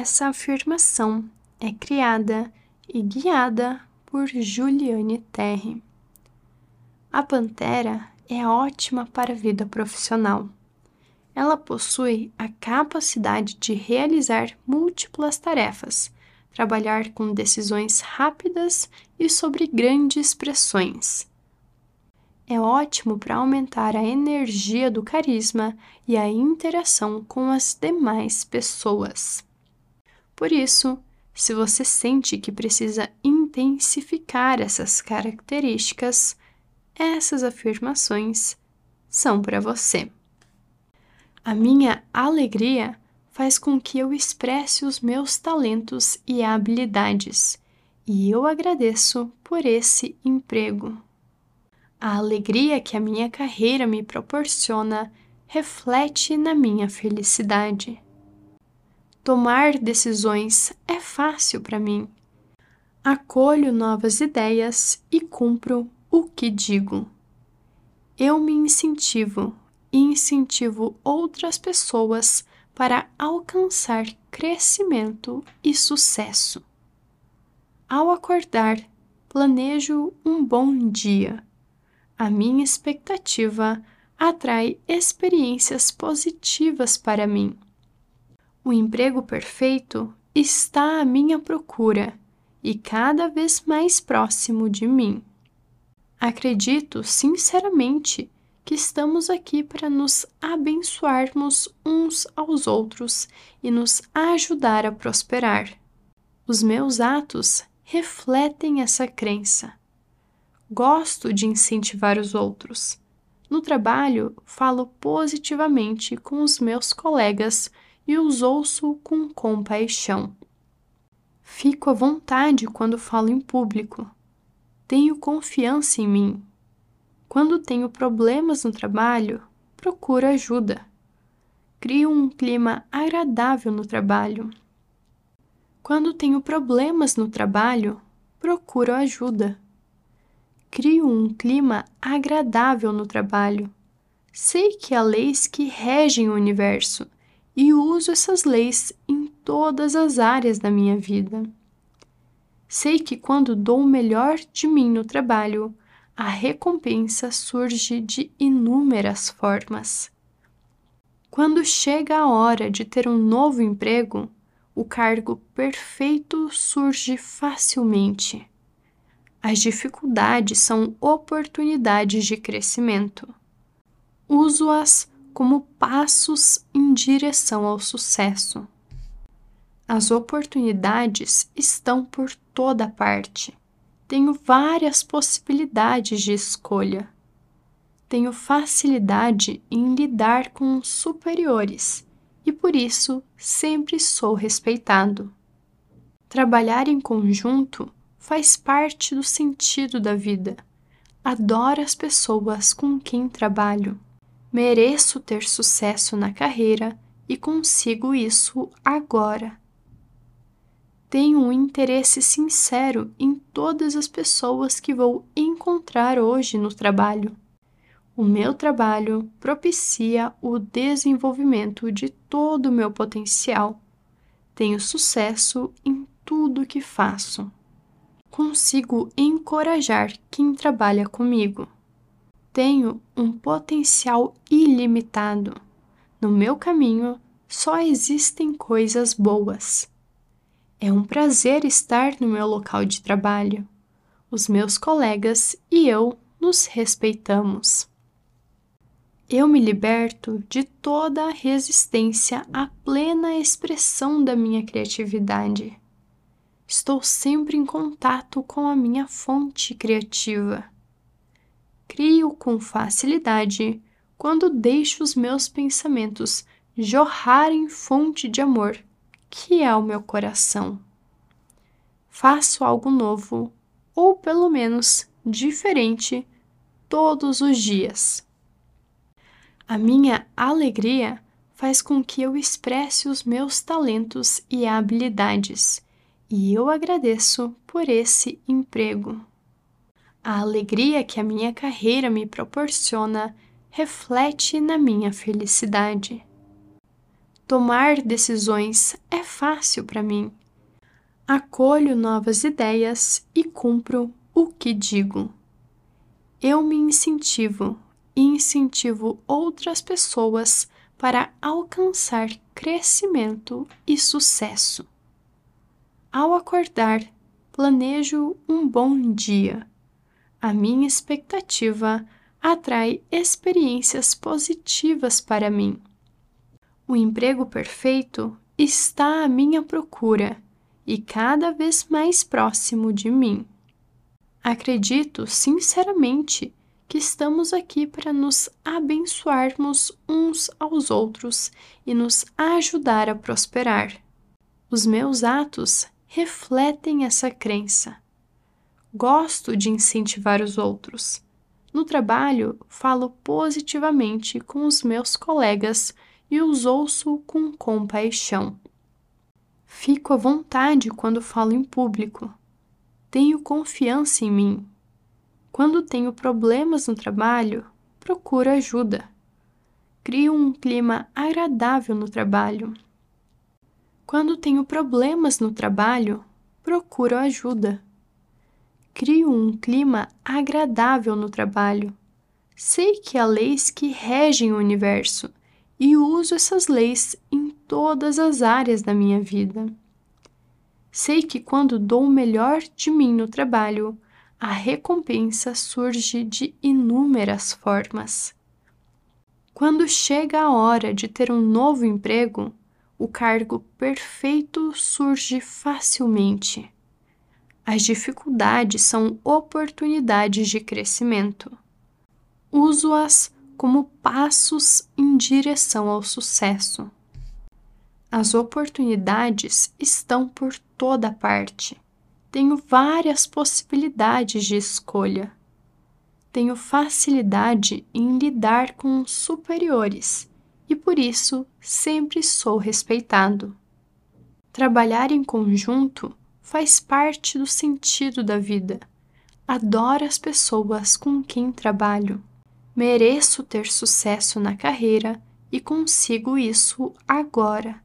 Essa afirmação é criada e guiada por Juliane Terry. A Pantera é ótima para a vida profissional. Ela possui a capacidade de realizar múltiplas tarefas, trabalhar com decisões rápidas e sobre grandes pressões. É ótimo para aumentar a energia do carisma e a interação com as demais pessoas. Por isso, se você sente que precisa intensificar essas características, essas afirmações são para você. A minha alegria faz com que eu expresse os meus talentos e habilidades, e eu agradeço por esse emprego. A alegria que a minha carreira me proporciona reflete na minha felicidade. Tomar decisões é fácil para mim. Acolho novas ideias e cumpro o que digo. Eu me incentivo e incentivo outras pessoas para alcançar crescimento e sucesso. Ao acordar, planejo um bom dia. A minha expectativa atrai experiências positivas para mim. O emprego perfeito está à minha procura e cada vez mais próximo de mim. Acredito sinceramente que estamos aqui para nos abençoarmos uns aos outros e nos ajudar a prosperar. Os meus atos refletem essa crença. Gosto de incentivar os outros. No trabalho, falo positivamente com os meus colegas e os ouço com compaixão. Fico à vontade quando falo em público. Tenho confiança em mim. Quando tenho problemas no trabalho, procuro ajuda. Crio um clima agradável no trabalho. Quando tenho problemas no trabalho, procuro ajuda. Crio um clima agradável no trabalho. Sei que há leis que regem o universo e uso essas leis em todas as áreas da minha vida. Sei que quando dou o melhor de mim no trabalho, a recompensa surge de inúmeras formas. Quando chega a hora de ter um novo emprego, o cargo perfeito surge facilmente. As dificuldades são oportunidades de crescimento. Uso-as como passos em direção ao sucesso. As oportunidades estão por toda parte. Tenho várias possibilidades de escolha. Tenho facilidade em lidar com os superiores e, por isso, sempre sou respeitado. Trabalhar em conjunto faz parte do sentido da vida. Adoro as pessoas com quem trabalho. Mereço ter sucesso na carreira e consigo isso agora. Tenho um interesse sincero em todas as pessoas que vou encontrar hoje no trabalho. O meu trabalho propicia o desenvolvimento de todo o meu potencial. Tenho sucesso em tudo que faço. Consigo encorajar quem trabalha comigo. Tenho um potencial ilimitado. No meu caminho só existem coisas boas. É um prazer estar no meu local de trabalho. Os meus colegas e eu nos respeitamos. Eu me liberto de toda a resistência à plena expressão da minha criatividade. Estou sempre em contato com a minha fonte criativa. Crio com facilidade quando deixo os meus pensamentos jorrarem fonte de amor, que é o meu coração. Faço algo novo, ou pelo menos diferente, todos os dias. A minha alegria faz com que eu expresse os meus talentos e habilidades, e eu agradeço por esse emprego. A alegria que a minha carreira me proporciona reflete na minha felicidade. Tomar decisões é fácil para mim. Acolho novas ideias e cumpro o que digo. Eu me incentivo e incentivo outras pessoas para alcançar crescimento e sucesso. Ao acordar, planejo um bom dia. A minha expectativa atrai experiências positivas para mim. O emprego perfeito está à minha procura e cada vez mais próximo de mim. Acredito sinceramente que estamos aqui para nos abençoarmos uns aos outros e nos ajudar a prosperar. Os meus atos refletem essa crença. Gosto de incentivar os outros. No trabalho, falo positivamente com os meus colegas e os ouço com compaixão. Fico à vontade quando falo em público. Tenho confiança em mim. Quando tenho problemas no trabalho, procuro ajuda. Crio um clima agradável no trabalho. Quando tenho problemas no trabalho, procuro ajuda. Crio um clima agradável no trabalho. Sei que há leis que regem o universo e uso essas leis em todas as áreas da minha vida. Sei que quando dou o melhor de mim no trabalho, a recompensa surge de inúmeras formas. Quando chega a hora de ter um novo emprego, o cargo perfeito surge facilmente. As dificuldades são oportunidades de crescimento. Uso-as como passos em direção ao sucesso. As oportunidades estão por toda parte. Tenho várias possibilidades de escolha. Tenho facilidade em lidar com superiores e, por isso, sempre sou respeitado. Trabalhar em conjunto faz parte do sentido da vida. Adoro as pessoas com quem trabalho. Mereço ter sucesso na carreira e consigo isso agora.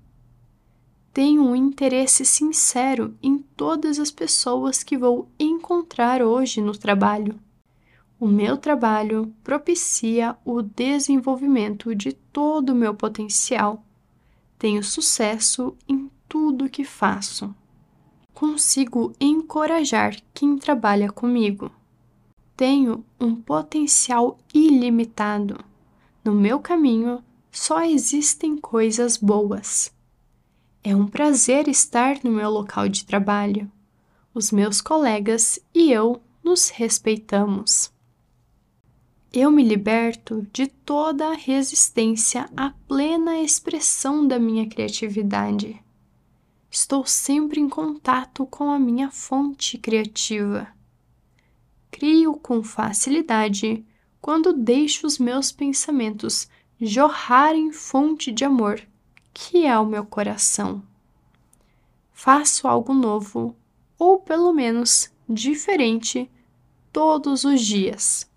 Tenho um interesse sincero em todas as pessoas que vou encontrar hoje no trabalho. O meu trabalho propicia o desenvolvimento de todo o meu potencial. Tenho sucesso em tudo que faço. Consigo encorajar quem trabalha comigo. Tenho um potencial ilimitado. No meu caminho só existem coisas boas. É um prazer estar no meu local de trabalho. Os meus colegas e eu nos respeitamos. Eu me liberto de toda a resistência à plena expressão da minha criatividade. Estou sempre em contato com a minha fonte criativa. Crio com facilidade quando deixo os meus pensamentos jorrarem fonte de amor, que é o meu coração. Faço algo novo, ou pelo menos diferente, todos os dias.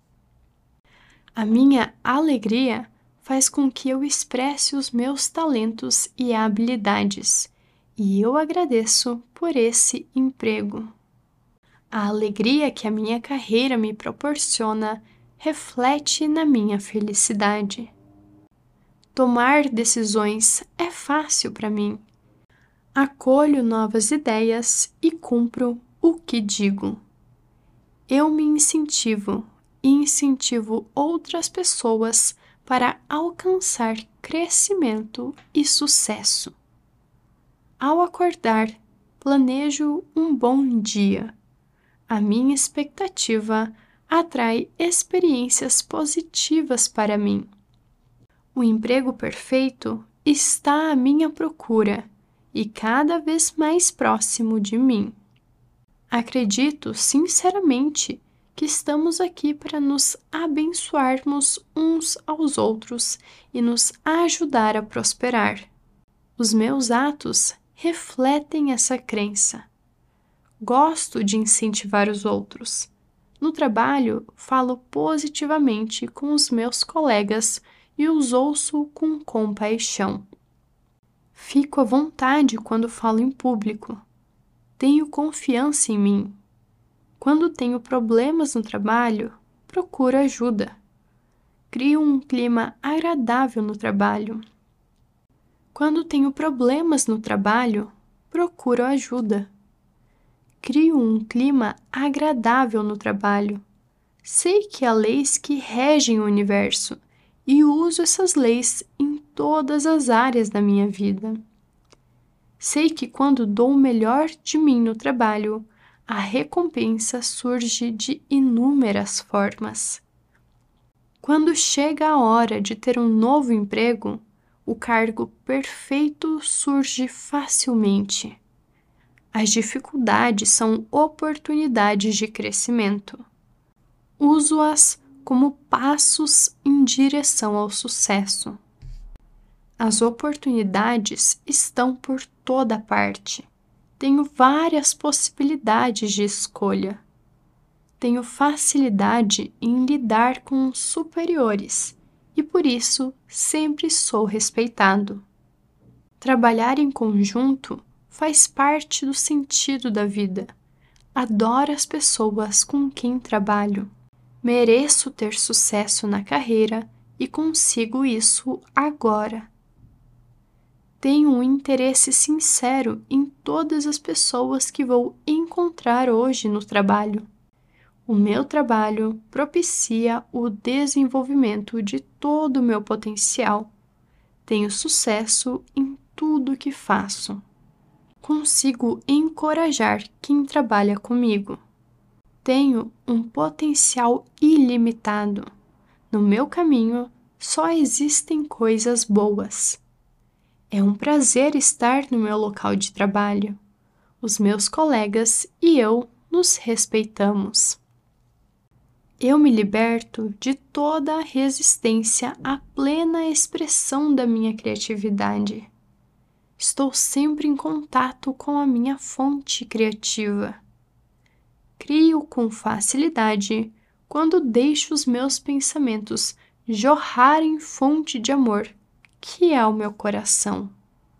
A minha alegria faz com que eu expresse os meus talentos e habilidades, e eu agradeço por esse emprego. A alegria que a minha carreira me proporciona reflete na minha felicidade. Tomar decisões é fácil para mim. Acolho novas ideias e cumpro o que digo. Eu me incentivo e incentivo outras pessoas para alcançar crescimento e sucesso. Ao acordar, planejo um bom dia. A minha expectativa atrai experiências positivas para mim. O emprego perfeito está à minha procura e cada vez mais próximo de mim. Acredito sinceramente que estamos aqui para nos abençoarmos uns aos outros e nos ajudar a prosperar. Os meus atos refletem essa crença. Gosto de incentivar os outros. No trabalho, falo positivamente com os meus colegas e os ouço com compaixão. Fico à vontade quando falo em público. Tenho confiança em mim. Quando tenho problemas no trabalho, procuro ajuda. Crio um clima agradável no trabalho. Quando tenho problemas no trabalho, procuro ajuda. Crio um clima agradável no trabalho. Sei que há leis que regem o universo e uso essas leis em todas as áreas da minha vida. Sei que quando dou o melhor de mim no trabalho, a recompensa surge de inúmeras formas. Quando chega a hora de ter um novo emprego, o cargo perfeito surge facilmente. As dificuldades são oportunidades de crescimento. Uso-as como passos em direção ao sucesso. As oportunidades estão por toda parte. Tenho várias possibilidades de escolha. Tenho facilidade em lidar com superiores e por isso sempre sou respeitado. Trabalhar em conjunto faz parte do sentido da vida. Adoro as pessoas com quem trabalho. Mereço ter sucesso na carreira e consigo isso agora. Tenho um interesse sincero em todas as pessoas que vou encontrar hoje no trabalho. O meu trabalho propicia o desenvolvimento de todo o meu potencial. Tenho sucesso em tudo que faço. Consigo encorajar quem trabalha comigo. Tenho um potencial ilimitado. No meu caminho só existem coisas boas. É um prazer estar no meu local de trabalho. Os meus colegas e eu nos respeitamos. Eu me liberto de toda a resistência à plena expressão da minha criatividade. Estou sempre em contato com a minha fonte criativa. Crio com facilidade quando deixo os meus pensamentos jorrarem fonte de amor, que é o meu coração.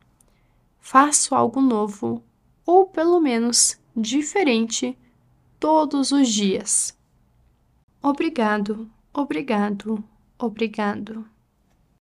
Faço algo novo, ou pelo menos diferente, todos os dias. Obrigado, obrigado, obrigado.